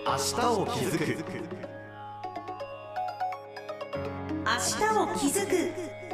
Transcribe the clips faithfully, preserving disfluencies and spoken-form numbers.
明日を気づく。 明日を気づく。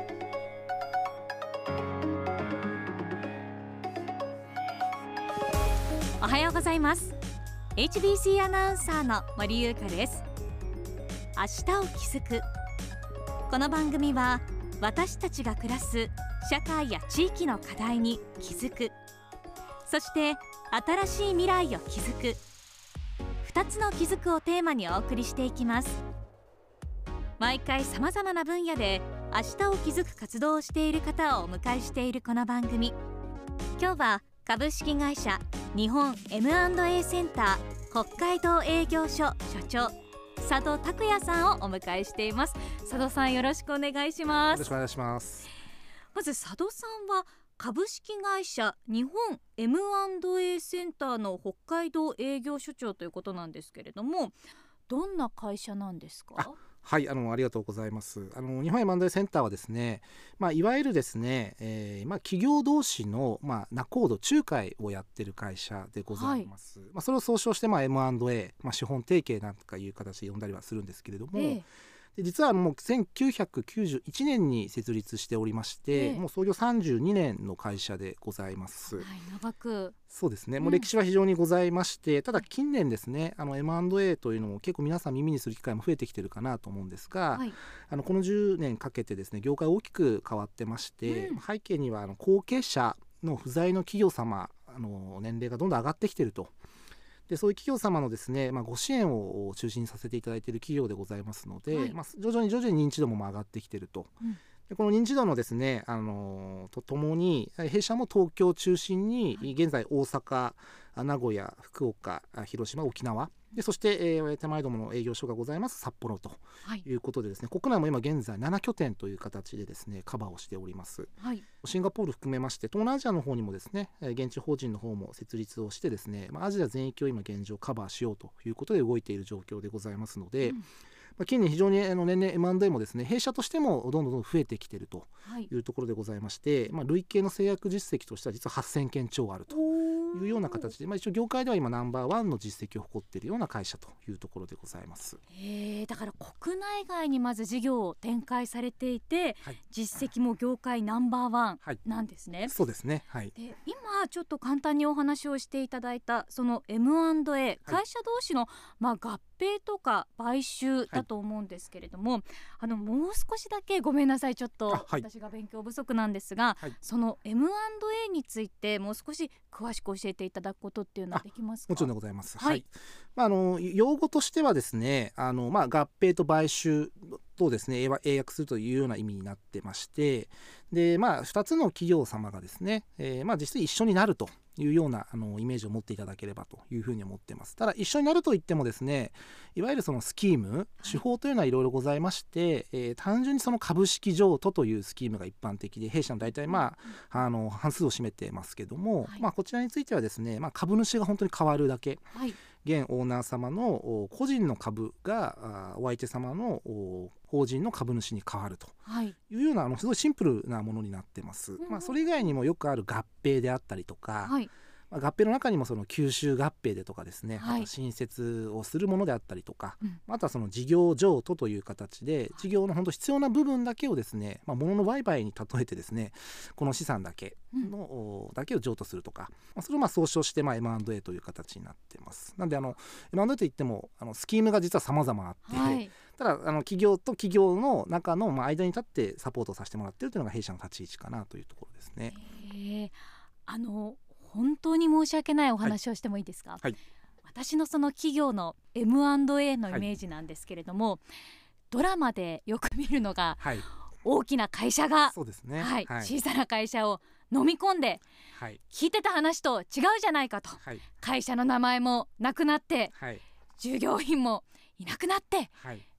おはようございます。 エイチビーシー アナウンサーの森優香です。明日を気づく。この番組は私たちが暮らす社会や地域の課題に気づく、そして新しい未来を築く、ふたつの気づくをテーマにお送りしていきます。毎回さまざまな分野で明日を気づく活動をしている方をお迎えしているこの番組。今日は株式会社日本 エムアンドエー センター北海道営業所所長佐渡拓也さんをお迎えしています。佐渡さん、よろしくお願いします。 よろしくお願いします。 まず佐渡さんは株式会社日本 エムアンドエー センターの北海道営業所長ということなんですけれども、どんな会社なんですか？ はい、あのありがとうございます。あの日本 エムアンドエー センターはですね、まあ、いわゆるですね、えーまあ、企業同士の、まあ、仲人仲介をやっている会社でございます、はい。まあ、それを総称して、まあ、エムアンドエー、まあ、資本提携なんかいう形で呼んだりはするんですけれども、えーで実はもうせんきゅうひゃくきゅうじゅういちねんに設立しておりまして、えー、もう創業さんじゅうにねんの会社でございます、 はい、長くそうですね、もう歴史は非常にございまして、うん、ただ近年ですね、あの エムアンドエー というのも結構皆さん耳にする機会も増えてきてるかなと思うんですが、はい、あのこのじゅうねんかけてですね業界大きく変わってまして、うん、背景にはあの後継者の不在の企業様、あの年齢がどんどん上がってきていると。でそういう企業様のですね、まあ、ご支援を中心にさせていただいている企業でございますので、はい、まあ、徐々に徐々に認知度も上がってきていると、うん、でこの認知度のですね、あのー、とともに弊社も東京を中心に現在大阪、名古屋、福岡、広島、沖縄で、そして、えー、手前どもの営業所がございます札幌ということでですね、はい、国内も今現在なな拠点という形でですねカバーをしております、はい、シンガポール含めまして東南アジアの方にもですね現地法人の方も設立をしてですね、まあ、アジア全域を今現状カバーしようということで動いている状況でございますので、うん、まあ、近年非常にあの年々 エムアンドエー もですね弊社としてもどんどんどん増えてきているというところでございまして、はい、まあ、累計の制約実績としては実ははっせんけん超あるというような形で、まあ、一応業界では今ナンバーワンの実績を誇っているような会社というところでございます。 へー、だから国内外にまず事業を展開されていて、はい、実績も業界ナンバーワンなんですね、はい、 そうですね、はい、 で今ちょっと簡単にお話をしていただいたその エムアンドエー、はい、会社同士の、まあ、合併とか買収だと思うんですけれども、はい、あのもう少しだけごめんなさい、ちょっと私が勉強不足なんですが、はい、その エムアンドエー についてもう少し詳しく教えていただくことっていうのはできますか？ もちろんでございます、はいはい。まあ、あの用語としてはですね、あの、まあ、合併と買収とですね英訳するというような意味になってまして、で、まあ、ふたつの企業様がですね、えーまあ、実際一緒になるというようなあのイメージを持っていただければというふうに思っています。ただ一緒になるといってもですね、いわゆるそのスキーム手法というのはいろいろございまして、えー、単純にその株式譲渡というスキームが一般的で弊社の大体、まあ、あの半数を占めてますけども、はい、まあ、こちらについてはですね、まあ、株主が本当に変わるだけ、はい、現オーナー様の個人の株がお相手様の法人の株主に変わるというような、はい、あのすごいシンプルなものになってます、うん、まあ、それ以外にもよくある合併であったりとか、はい、まあ、合併の中にもその吸収合併でとかですね、はい、あと新設をするものであったりとか、うん、あとはその事業譲渡という形で事業の本当必要な部分だけをですね、まあ、物の売買に例えてですねこの資産だけの、うん、だけを譲渡するとか、まあ、それをまあ総称してまあ エムアンドエー という形になっています。なのであの エムアンドエー といってもあのスキームが実は様々あって、はい、ただあの企業と企業の中のまあ間に立ってサポートさせてもらっているというのが弊社の立ち位置かなというところですね。 へー、あの本当に申し訳ないお話をしてもいいですか？はいはい、私のその企業の エムアンドエー のイメージなんですけれども、はい、ドラマでよく見るのが、はい、大きな会社が、 そうですね、 はいはい、 小さな会社を飲み込んで、はい、聞いてた話と違うじゃないかと、はい、会社の名前もなくなって、はい、従業員もいなくなって、はい、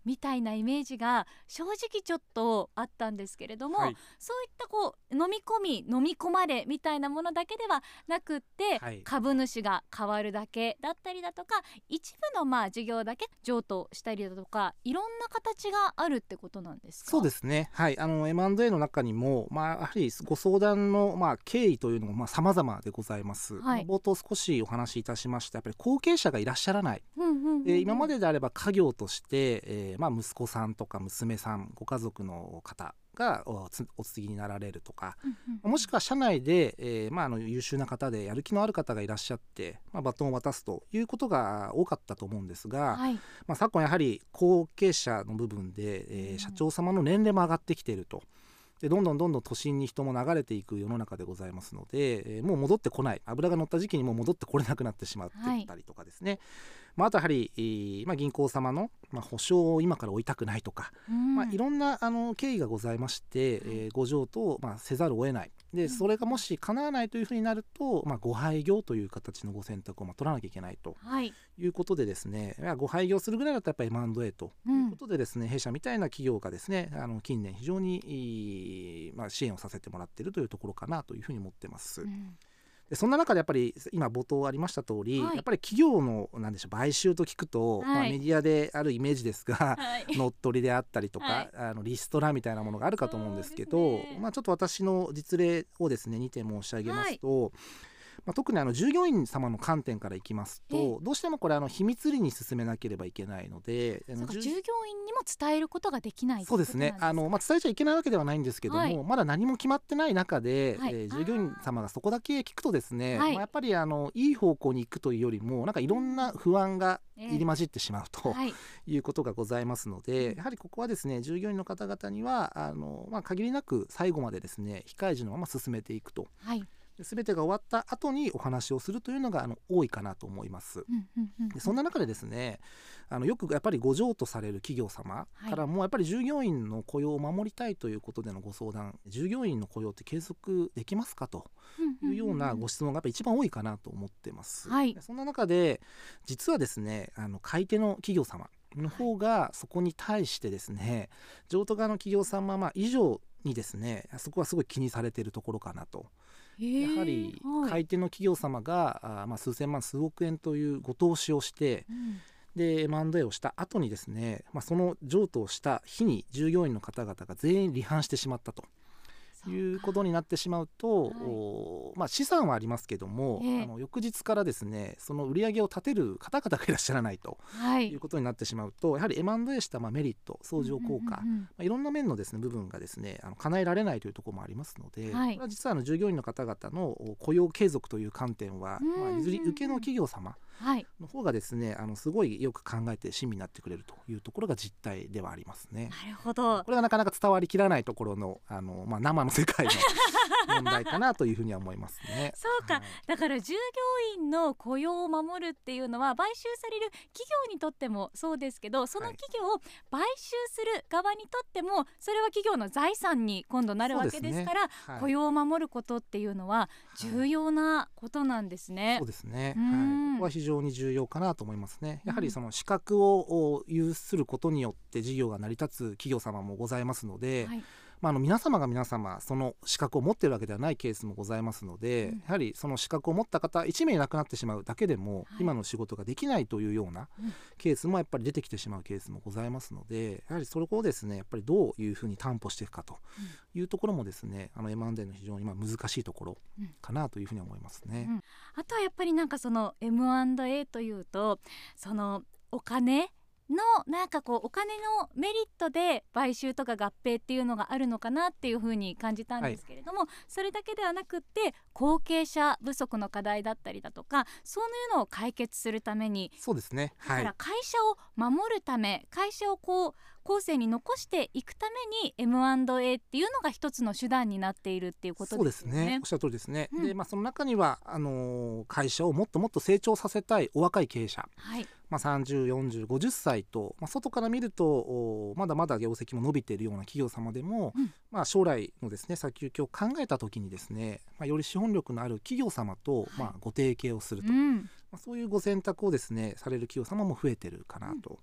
みたいなイメージが正直ちょっとあったんですけれども、 はい、 そういったこう飲み込み飲み込まれみたいなものだけではなくって、 はい、 株主が変わるだけだったりだとか、一部のまあ事業だけ譲渡したりだとか、いろんな形があるってことなんですか？ そうですね、はい、あの エムアンドエー の中にも、まあ、やはりご相談の、まあ、経緯というのもまあ様々でございます、 はい、 冒頭少しお話しいたしましたやっぱり後継者がいらっしゃらない、 うんうんうんうん、 で今までであれば家業として、えーまあ、息子さんとか娘さんご家族の方がおつお継ぎになられるとか、 うんうん、 もしくは社内で、えーまあ、あの優秀な方でやる気のある方がいらっしゃって、まあ、バトンを渡すということが多かったと思うんですが、 はい、 まあ、昨今やはり後継者の部分で、えー社長様の年齢も上がってきていると。でどんどんどんどん都心に人も流れていく世の中でございますので、えーもう戻ってこない、油が乗った時期にもう戻ってこれなくなってしまっていたりとかですね、はい、まあ、あとやはり、えーまあ、銀行様の、まあ、保証を今から追いたくないとか、 うんまあ、いろんなあの経緯がございまして、えーご譲渡を、まあ、せざるを得ない。でそれがもし叶わないというふうになると、まあ、ご廃業という形のご選択をまあ取らなきゃいけないということでですね、はい、ご廃業するぐらいだったらやっぱり エムアンドエー ということでですね、うん、弊社みたいな企業がですねあの近年非常に、まあ、支援をさせてもらっているというところかなというふうに思ってます。うん、でそんな中でやっぱり今冒頭ありました通り、はい、やっぱり企業のなんでしょう買収と聞くと、はい、まあ、メディアであるイメージですが、はい、乗っ取りであったりとか、はい、あのリストラみたいなものがあるかと思うんですけど、ね、まあ、ちょっと私の実例をですねにてん申し上げますと、はい、まあ、特にあの従業員様の観点からいきますと、どうしてもこれあの秘密裏に進めなければいけないので、 そうか、従業員にも伝えることができない。 そうですね、あの、まあ、伝えちゃいけないわけではないんですけども、はい、まだ何も決まってない中で、はい、えー、従業員様がそこだけ聞くとですね、はい、まあ、やっぱりあのいい方向に行くというよりもなんかいろんな不安が入り混じってしまうと、えー、いうことがございますので、やはりここはですね従業員の方々にはあの、まあ、限りなく最後までですね非開示のまま進めていくと、はい、全てが終わった後にお話をするというのがあの多いかなと思います。でそんな中でですねあのよくやっぱりご譲渡される企業様からもやっぱり従業員の雇用を守りたいということでのご相談、従業員の雇用って継続できますかというようなご質問がやっぱり一番多いかなと思ってます。はい、そんな中で実はですねあの買い手の企業様の方がそこに対してですね譲渡側の企業様、まあ、以上にですねそこはすごい気にされているところかなと。やはり買い手の企業様が、あ、まあ、数千万数億円というご投資をして、うん、で エムアンドエー をした後にですね、まあ、その譲渡をした日に従業員の方々が全員離反してしまったということになってしまうと、はい、まあ、資産はありますけども、えー、あの翌日からですねその売り上げを立てる方々がいらっしゃらないと、はい、いうことになってしまうとやはり エムアンドエー したまあメリット相乗効果、うんうんうんまあ、いろんな面のですね部分がですねあの叶えられないというところもありますので、はい、これは実はあの従業員の方々の雇用継続という観点は、うんうんうんまあ、譲り受けの企業様の方がですね、はい、あのすごいよく考えて親身になってくれるというところが実態ではありますね。 なるほど。 これがなかなか伝わりきらないところの、あの、まあ、生の世界の問題かなというふうには思いますね。 そうか、はい、だから従業員の雇用を守るっていうのは買収される企業にとってもそうですけど、その企業を買収する側にとってもそれは企業の財産に今度なるわけですから、ねはい、雇用を守ることっていうのは重要なことなんですね。はい、 そうですね、はい、ここは非常に重要かなと思いますね。やはりその資格を有することによって事業が成り立つ企業様もございますので、はいまあ、あの皆様が皆様その資格を持っているわけではないケースもございますので、うん、やはりその資格を持った方いちめいなくなってしまうだけでも、はい、今の仕事ができないというようなケースもやっぱり出てきてしまうケースもございますので、やはりそれをですねやっぱりどういうふうに担保していくかというところもですね、あの エムアンドエー の非常にまあ難しいところかなというふうに思いますね。うんうん、 あとはやっぱりなんかその エムアンドエー というとそのお金のなんかこうお金のメリットで買収とか合併っていうのがあるのかなっていうふうに感じたんですけれども、はい、それだけではなくって後継者不足の課題だったりだとかそういうのを解決するためにそうですね、 はい、だから会社を守るため会社をこう後世に残していくために エムアンドエー っていうのが一つの手段になっているっていうことですよね。 そうですね、おっしゃる通りですね。うん、で、まあ、その中にはあのー、会社をもっともっと成長させたいお若い経営者、はいまあ、さんじゅう、よんじゅう、ごじゅっさいと、まあ、外から見るとまだまだ業績も伸びているような企業様でも、うんまあ、将来のですね先行きを考えた時にですね、まあ、より資本力のある企業様と、はいまあ、ご提携をすると、うんまあ、そういうご選択をですねされる企業様も増えてるかなと、うん、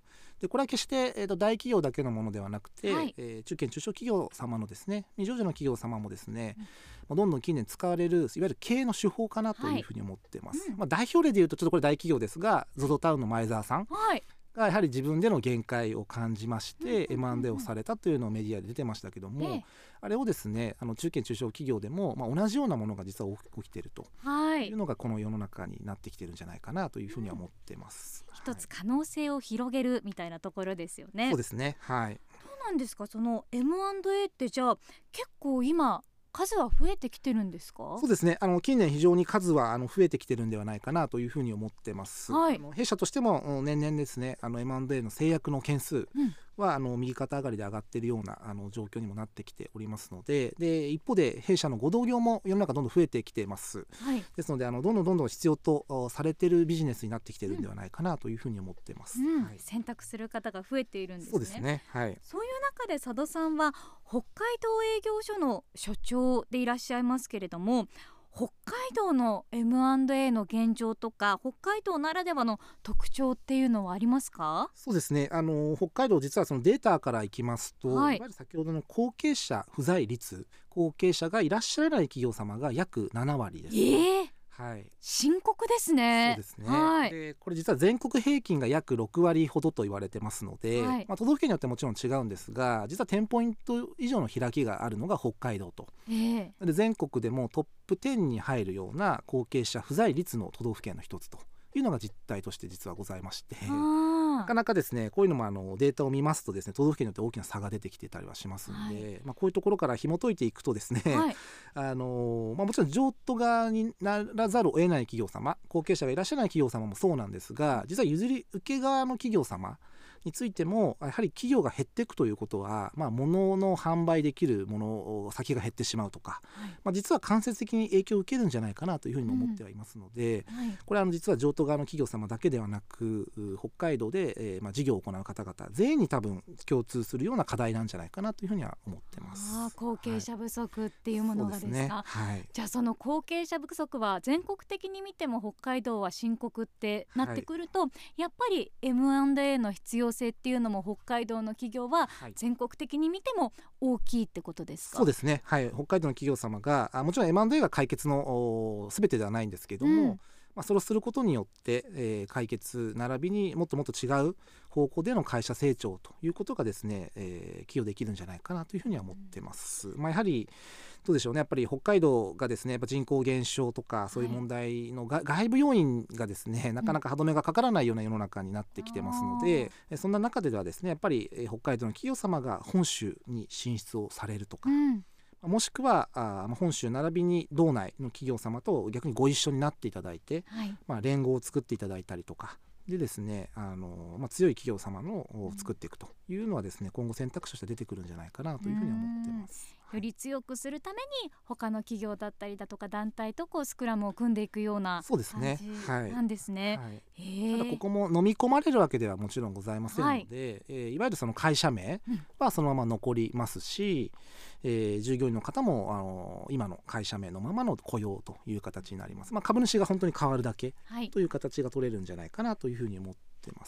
でこれは決して、えー、と大企業だけのものではなくて、 はいえー中堅中小企業様のですね未上場の企業様もですね、うん、どんどん近年使われるいわゆる経営の手法かなというふうに思ってます、はいうんまあ、代表例でいうとちょっとこれ大企業ですが ゾゾ タウンの前澤さん、 はいがやはり自分での限界を感じまして エムアンドエー をされたというのをメディアで出てましたけども、ええ、あれをですねあの中堅中小企業でも、まあ、同じようなものが実は起きているというのがこの世の中になってきてるんじゃないかなというふうには思ってます、 うん、一つ可能性を広げるみたいなところですよね。 そうですね、はい。 どうなんですかその エムアンドエー ってじゃあ結構今数は増えてきてるんですか？ そうですねあの近年非常に数はあの増えてきてるんではないかなというふうに思ってます、はい、あの弊社としても年々ですねあの エムアンドエー の制約の件数は、うん、あの右肩上がりで上がっているようなあの状況にもなってきておりますので、で一方で弊社のご同業も世の中どんどん増えてきてます、はい、ですのであのどんどんどんどん必要とされているビジネスになってきてるんではないかなというふうに思ってます、 うんはい、 選択する方が増えているんですね。 そうですね、はい、 そういう中で佐渡さんは北海道営業所の所長でいらっしゃいますけれども、北海道の エムアンドエー の現状とか北海道ならではの特徴っていうのはありますか？ そうですねあの北海道実はそのデータからいきますと、はい、いわゆる先ほどの後継者不在率後継者がいらっしゃらない企業様が約ななわりです、 えーはい、 深刻ですね。 そうですね、 はい、 でこれ実は全国平均が約ろくわりほどと言われてますので、はいまあ、都道府県によってもちろん違うんですが実はじゅうポイント以上の開きがあるのが北海道と、えー、で全国でもトップじゅうに入るような後継者不在率の都道府県の一つというのが実態として実はございまして、なかなかですねこういうのもあのデータを見ますとですね都道府県によって大きな差が出てきてたりはしますので、はいまあ、こういうところから紐解いていくとですね、はいあのまあ、もちろん譲渡側にならざるを得ない企業様後継者がいらっしゃらない企業様もそうなんですが、実は譲り受け側の企業様についてもやはり企業が減っていくということは、まあ、物の販売できるもの先が減ってしまうとか、はいまあ、実は間接的に影響を受けるんじゃないかなというふうにも思ってはいますので、うんはい、これはあの実は譲渡側の企業様だけではなく北海道で、えーまあ、事業を行う方々全員に多分共通するような課題なんじゃないかなというふうには思ってます。 あ後継者不足っていうものがですか、 はいそうですねはい、 じゃあその後継者不足は全国的に見ても北海道は深刻ってなってくると、はい、やっぱり エムアンドエー の必要性っていうのも北海道の企業は全国的に見ても大きいってことですか？ そうですね、はい、北海道の企業様があもちろん エムアンドエー が解決の全てではないんですけども、うんまあ、それをすることによって、えー、解決並びにもっともっと違う方向での会社成長ということがですね、えー、寄与できるんじゃないかなというふうには思ってます、うんまあ、やはりどうでしょうねやっぱり北海道がですねやっぱ人口減少とかそういう問題のが、はい、外部要因がですねなかなか歯止めがかからないような世の中になってきてますので、うん、そんな中ではですねやっぱり北海道の企業様が本州に進出をされるとか、うんもしくはあ本州並びに道内の企業様と逆にご一緒になっていただいて、はいまあ、連合を作っていただいたりとかでですねあの、まあ、強い企業様のを作っていくというのはですね、うん、今後選択肢として出てくるんじゃないかなというふうに思ってます。 より強くするために他の企業だったりだとか団体とこうスクラムを組んでいくような感じなんですね。 はいはい、ただここも飲み込まれるわけではもちろんございませんので、はいえー、いわゆるその会社名はそのまま残りますし、うんえー、従業員の方もあの今の会社名のままの雇用という形になります。まあ、株主が本当に変わるだけという形が取れるんじゃないかなというふうに思ってます。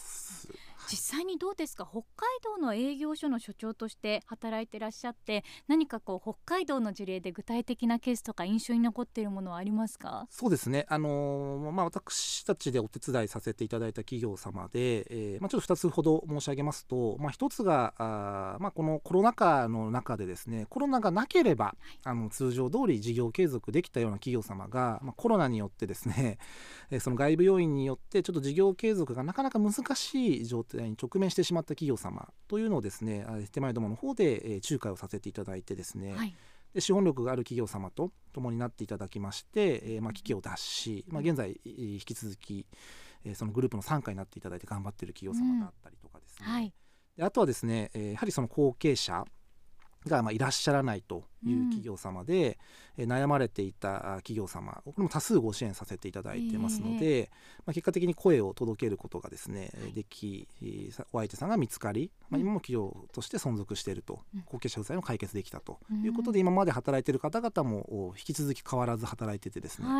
はい実際にどうですか北海道の営業所の所長として働いてらっしゃって何かこう北海道の事例で具体的なケースとか印象に残っているものはありますか？ そうですね、あのーまあ、私たちでお手伝いさせていただいた企業様で、えーまあ、ちょっとふたつほど申し上げますと、まあ、ひとつがあ、まあ、このコロナ禍の中でですねコロナがなければ、はい、あの通常通り事業継続できたような企業様が、まあ、コロナによってですねその外部要因によってちょっと事業継続がなかなか難しい状態に直面してしまった企業様というのをですね手前どもの方で、えー、仲介をさせていただいてですね、はい、で資本力がある企業様と共になっていただきまして、えーまあ、危機を脱し、まあ、現在引き続き、えー、そのグループの傘下になっていただいて頑張っている企業様があったりとかですね、うんはい、であとはですね、えー、やはりその後継者がまあいらっしゃらないという企業様で、うん、悩まれていた企業様これも多数ご支援させていただいてますので、えーまあ、結果的に声を届けることがですね、はい、できお相手さんが見つかり、まあ、今も企業として存続していると、うん、後継者不在を解決できたということで、うん、今まで働いている方々も引き続き変わらず働いててですね、はい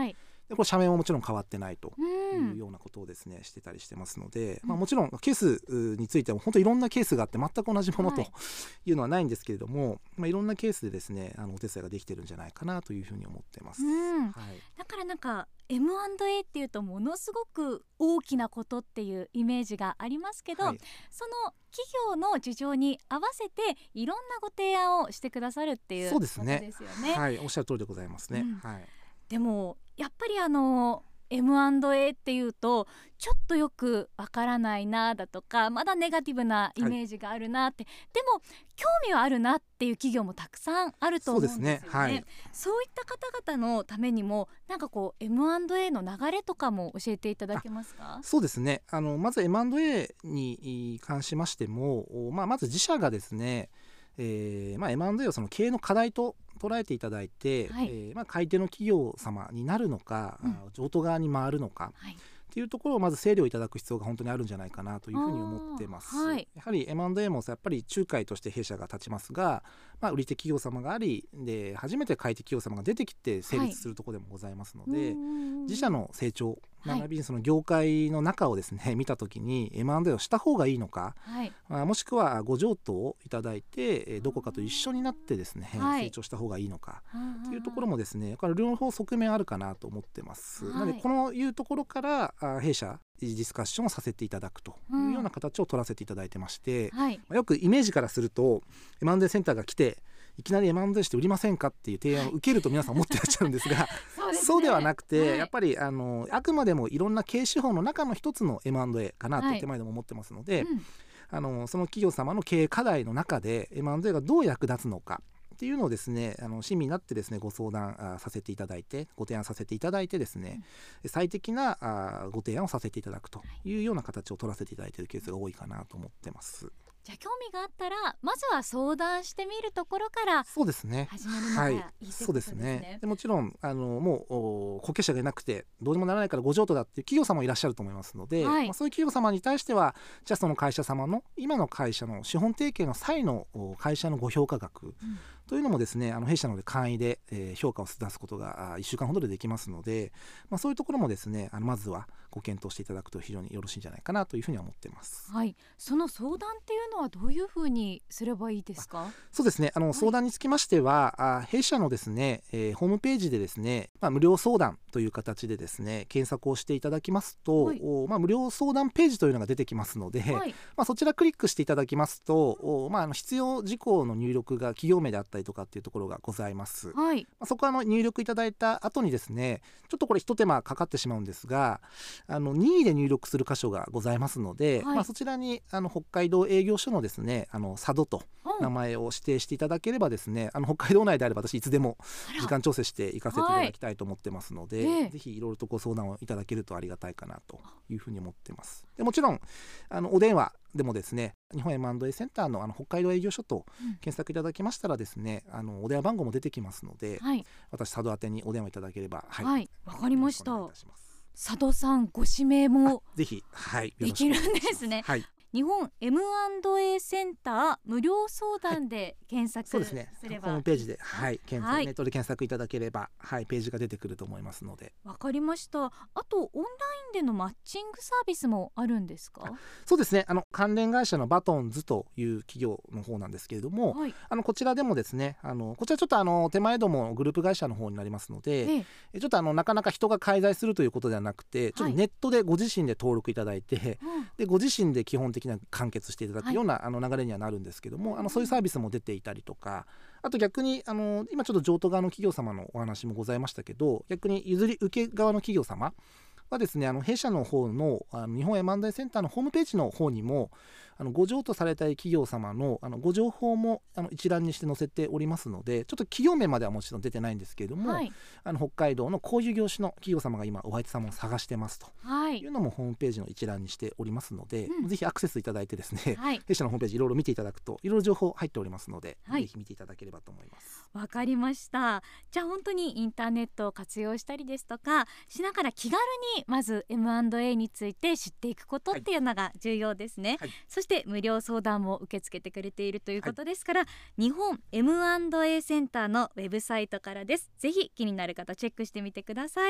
でこれ社名ももちろん変わってないとういうんようなことをですねしてたりしてますので、まあ、もちろんケースについては本当いろんなケースがあって全く同じものとはいいうのはないんですけれども、まあ、いろんなケースでですねあのお手伝いができてるんじゃないかなというふうに思ってます。 うんはいだからなんか エムアンドエー っていうとものすごく大きなことっていうイメージがありますけど、 はいその企業の事情に合わせていろんなご提案をしてくださるっていうそうことですねですよね。 はい、おっしゃる通りでございますね。 うんはいでもやっぱりあの エムアンドエー っていうとちょっとよくわからないなだとかまだネガティブなイメージがあるなって、でも興味はあるなっていう企業もたくさんあると思うんですよね。 そうですねはいそういった方々のためにもなんかこう エムアンドエー の流れとかも教えていただけますか？ そうですねあのまず エムアンドエー に関しましても、おまあ、まず自社がですね、えーまあ、エムアンドエー をその経営の課題と捉えていただいて、 はいえーまあ、買い手の企業様になるのか、 うんあ譲渡側に回るのかはいっていうところをまず整理をいただく必要が本当にあるんじゃないかなというふうに思ってます。 あーはいやはり エムアンドエー もやっぱり仲介として弊社が立ちますが、まあ、売り手企業様がありで初めて買い手企業様が出てきて成立するところでもございますので、自社の成長はい並びにその業界の中をですね見たときに エムアンドエー をした方がいいのか、 はいまあ、もしくはご譲渡をいただいてえーどこかと一緒になってですね、 はい成長した方がいいのかとというところもですね、やっぱり両方側面あるかなと思ってます。 はいなのでこのいうところからあ弊社ディスカッションをさせていただくというような形を取らせていただいてまして、 はいまあよくイメージからすると エムアンドエー センターが来ていきなり エムアンドエー して売りませんかっていう提案を受けると皆さん思ってらっしゃるんですが、 そうですねそうではなくて、 はいやっぱりあのあくまでもいろんな経営手法の中の一つの エムアンドエー かなはいと手前でも思ってますので、 うんあのその企業様の経営課題の中で エムアンドエー がどう役立つのかっていうのをですねあの親身になってですねご相談あさせていただいてご提案させていただいてですね、最適なあご提案をさせていただくというような形を取らせていただいているケースが多いかなと思ってます。 じゃあ興味があったらまずは相談してみるところからそうですね始めるのがはいいいってことですね。 そうですねでもちろんあのもうお後継者がいなくてどうにもならないからご譲渡だっていう企業様もいらっしゃると思いますので、 はいまあ、そういう企業様に対してはじゃあその会社様の今の会社の資本提携の際のお会社のご評価額というのもですねあの弊社ので簡易で、えー評価を出すことがあいっしゅうかんほどでできますので、まあ、そういうところもですねあのまずはご検討していただくと非常によろしいんじゃないかなというふうには思っています。 はい、その相談っていうのはどういうふうにすればいいですか？ そうですねあの、 い相談につきましてはあ弊社のですね、えーホームページでですね、まあ、無料相談という形でですね検索をしていただきますと、 はいおまあ、無料相談ページというのが出てきますので、 はいまあ、そちらクリックしていただきますと、おまあ、あの必要事項の入力が企業名であったりとかっていうところがございます。 はいまあそこはあの入力いただいた後にですねちょっとこれ一手間かかってしまうんですがあの任意で入力する箇所がございますので、 はいまあ、そちらにあの北海道営業所のですねあの佐渡とうん名前を指定していただければですねあの北海道内であれば私いつでもあら時間調整して行かせていただきたいと思ってますので、 ええぜひいろいろとご相談をいただけるとありがたいかなというふうに思ってます。でもちろんあのお電話でもですね日本 エムアンドエー センターのあの北海道営業所とうん検索いただきましたらですねあのお電話番号も出てきますので、 はい私佐渡宛てにお電話いただければはいわかりましたよろしくお願いいたします佐渡さんご指名もぜひはいできるんですね。 はい日本 エムアンドエー センター無料相談で検索そうですねすればホームページではい検索、 はいネットで検索いただければはいページが出てくると思いますのでわかりました。あとオンラインでのマッチングサービスもあるんですか？ そうですねあの関連会社のバトンズという企業の方なんですけれども、 はいあのこちらでもですねあのこちらちょっとあの手前どもグループ会社の方になりますので、 えええちょっとあのなかなか人が介在するということではなくてちょっはいとネットでご自身で登録いただいて、 うんでご自身で基本的な完結していただくような、あの流れにはなるんですけども、 うんあのそういうサービスも出ていたりとかあと逆にあの今ちょっと譲渡側の企業様のお話もございましたけど逆に譲り受け側の企業様はですねあの弊社の方のあの日本 エムアンドエー センターのホームページの方にもあのご譲渡されたい企業様のあのご情報もあの一覧にして載せておりますのでちょっと企業名まではもちろん出てないんですけれども、 はいあの北海道のこういう業種の企業様が今お相手様を探してますとはいいうのもホームページの一覧にしておりますので、 うんぜひアクセスいただいてですね、 はい弊社のホームページいろいろ見ていただくといろいろ情報入っておりますので、 はいぜひ見ていただければと思います。 わかりました。じゃあ本当にインターネットを活用したりですとかしながら気軽にまず エムアンドエー について知っていくことっていうのが重要ですね、 はいそして無料相談も受け付けてくれているということですから、日本 エムアンドエー センターのウェブサイトからです。ぜひ気になる方チェックしてみてください。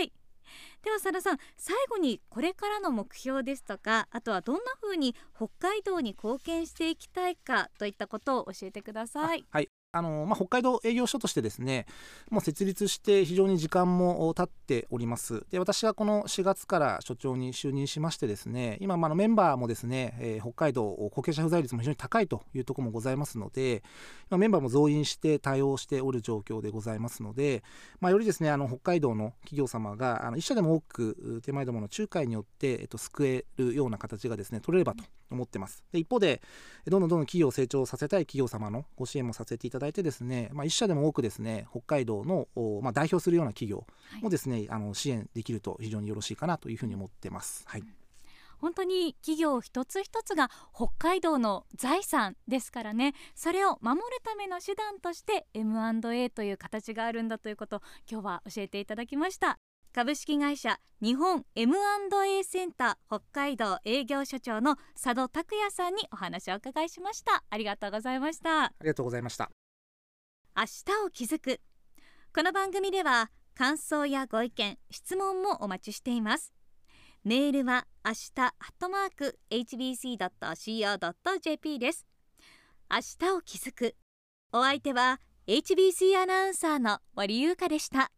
では佐田さん、最後にこれからの目標ですとか、あとはどんな風に北海道に貢献していきたいかといったことを教えてください。 はい、あのまあ、北海道営業所としてですね、もう設立して非常に時間も経っております。で、私はこのしがつから所長に就任しましてですね、今、まあ、メンバーもですね、えー、北海道後継者不在率も非常に高いというところもございますので、今メンバーも増員して対応しておる状況でございますので、まあ、よりですね、あの北海道の企業様があの一社でも多く手前どもの仲介によって、えっと、救えるような形がですね取れればと思ってます。で、一方でどんどんどんどん企業を成長させたい企業様のご支援もさせていただいてですね、まあ、一社でも多くですね北海道の、まあ、代表するような企業もですね、はい、あの支援できると非常によろしいかなというふうに思ってます。はい、 本当に企業一つ一つが北海道の財産ですからね、それを守るための手段として エムアンドエー という形があるんだということを今日は教えていただきました。株式会社日本 エムアンドエー センター北海道営業所長の佐渡拓也さんにお話をお伺いしました。ありがとうございました。 ありがとうございました。 明日を気づく。この番組では感想やご意見、質問もお待ちしています。メールは明日アットマーク エイチビーシードットシーオードットジェーピー です。明日を気づく。お相手は エイチビーシー アナウンサーの森優香でした。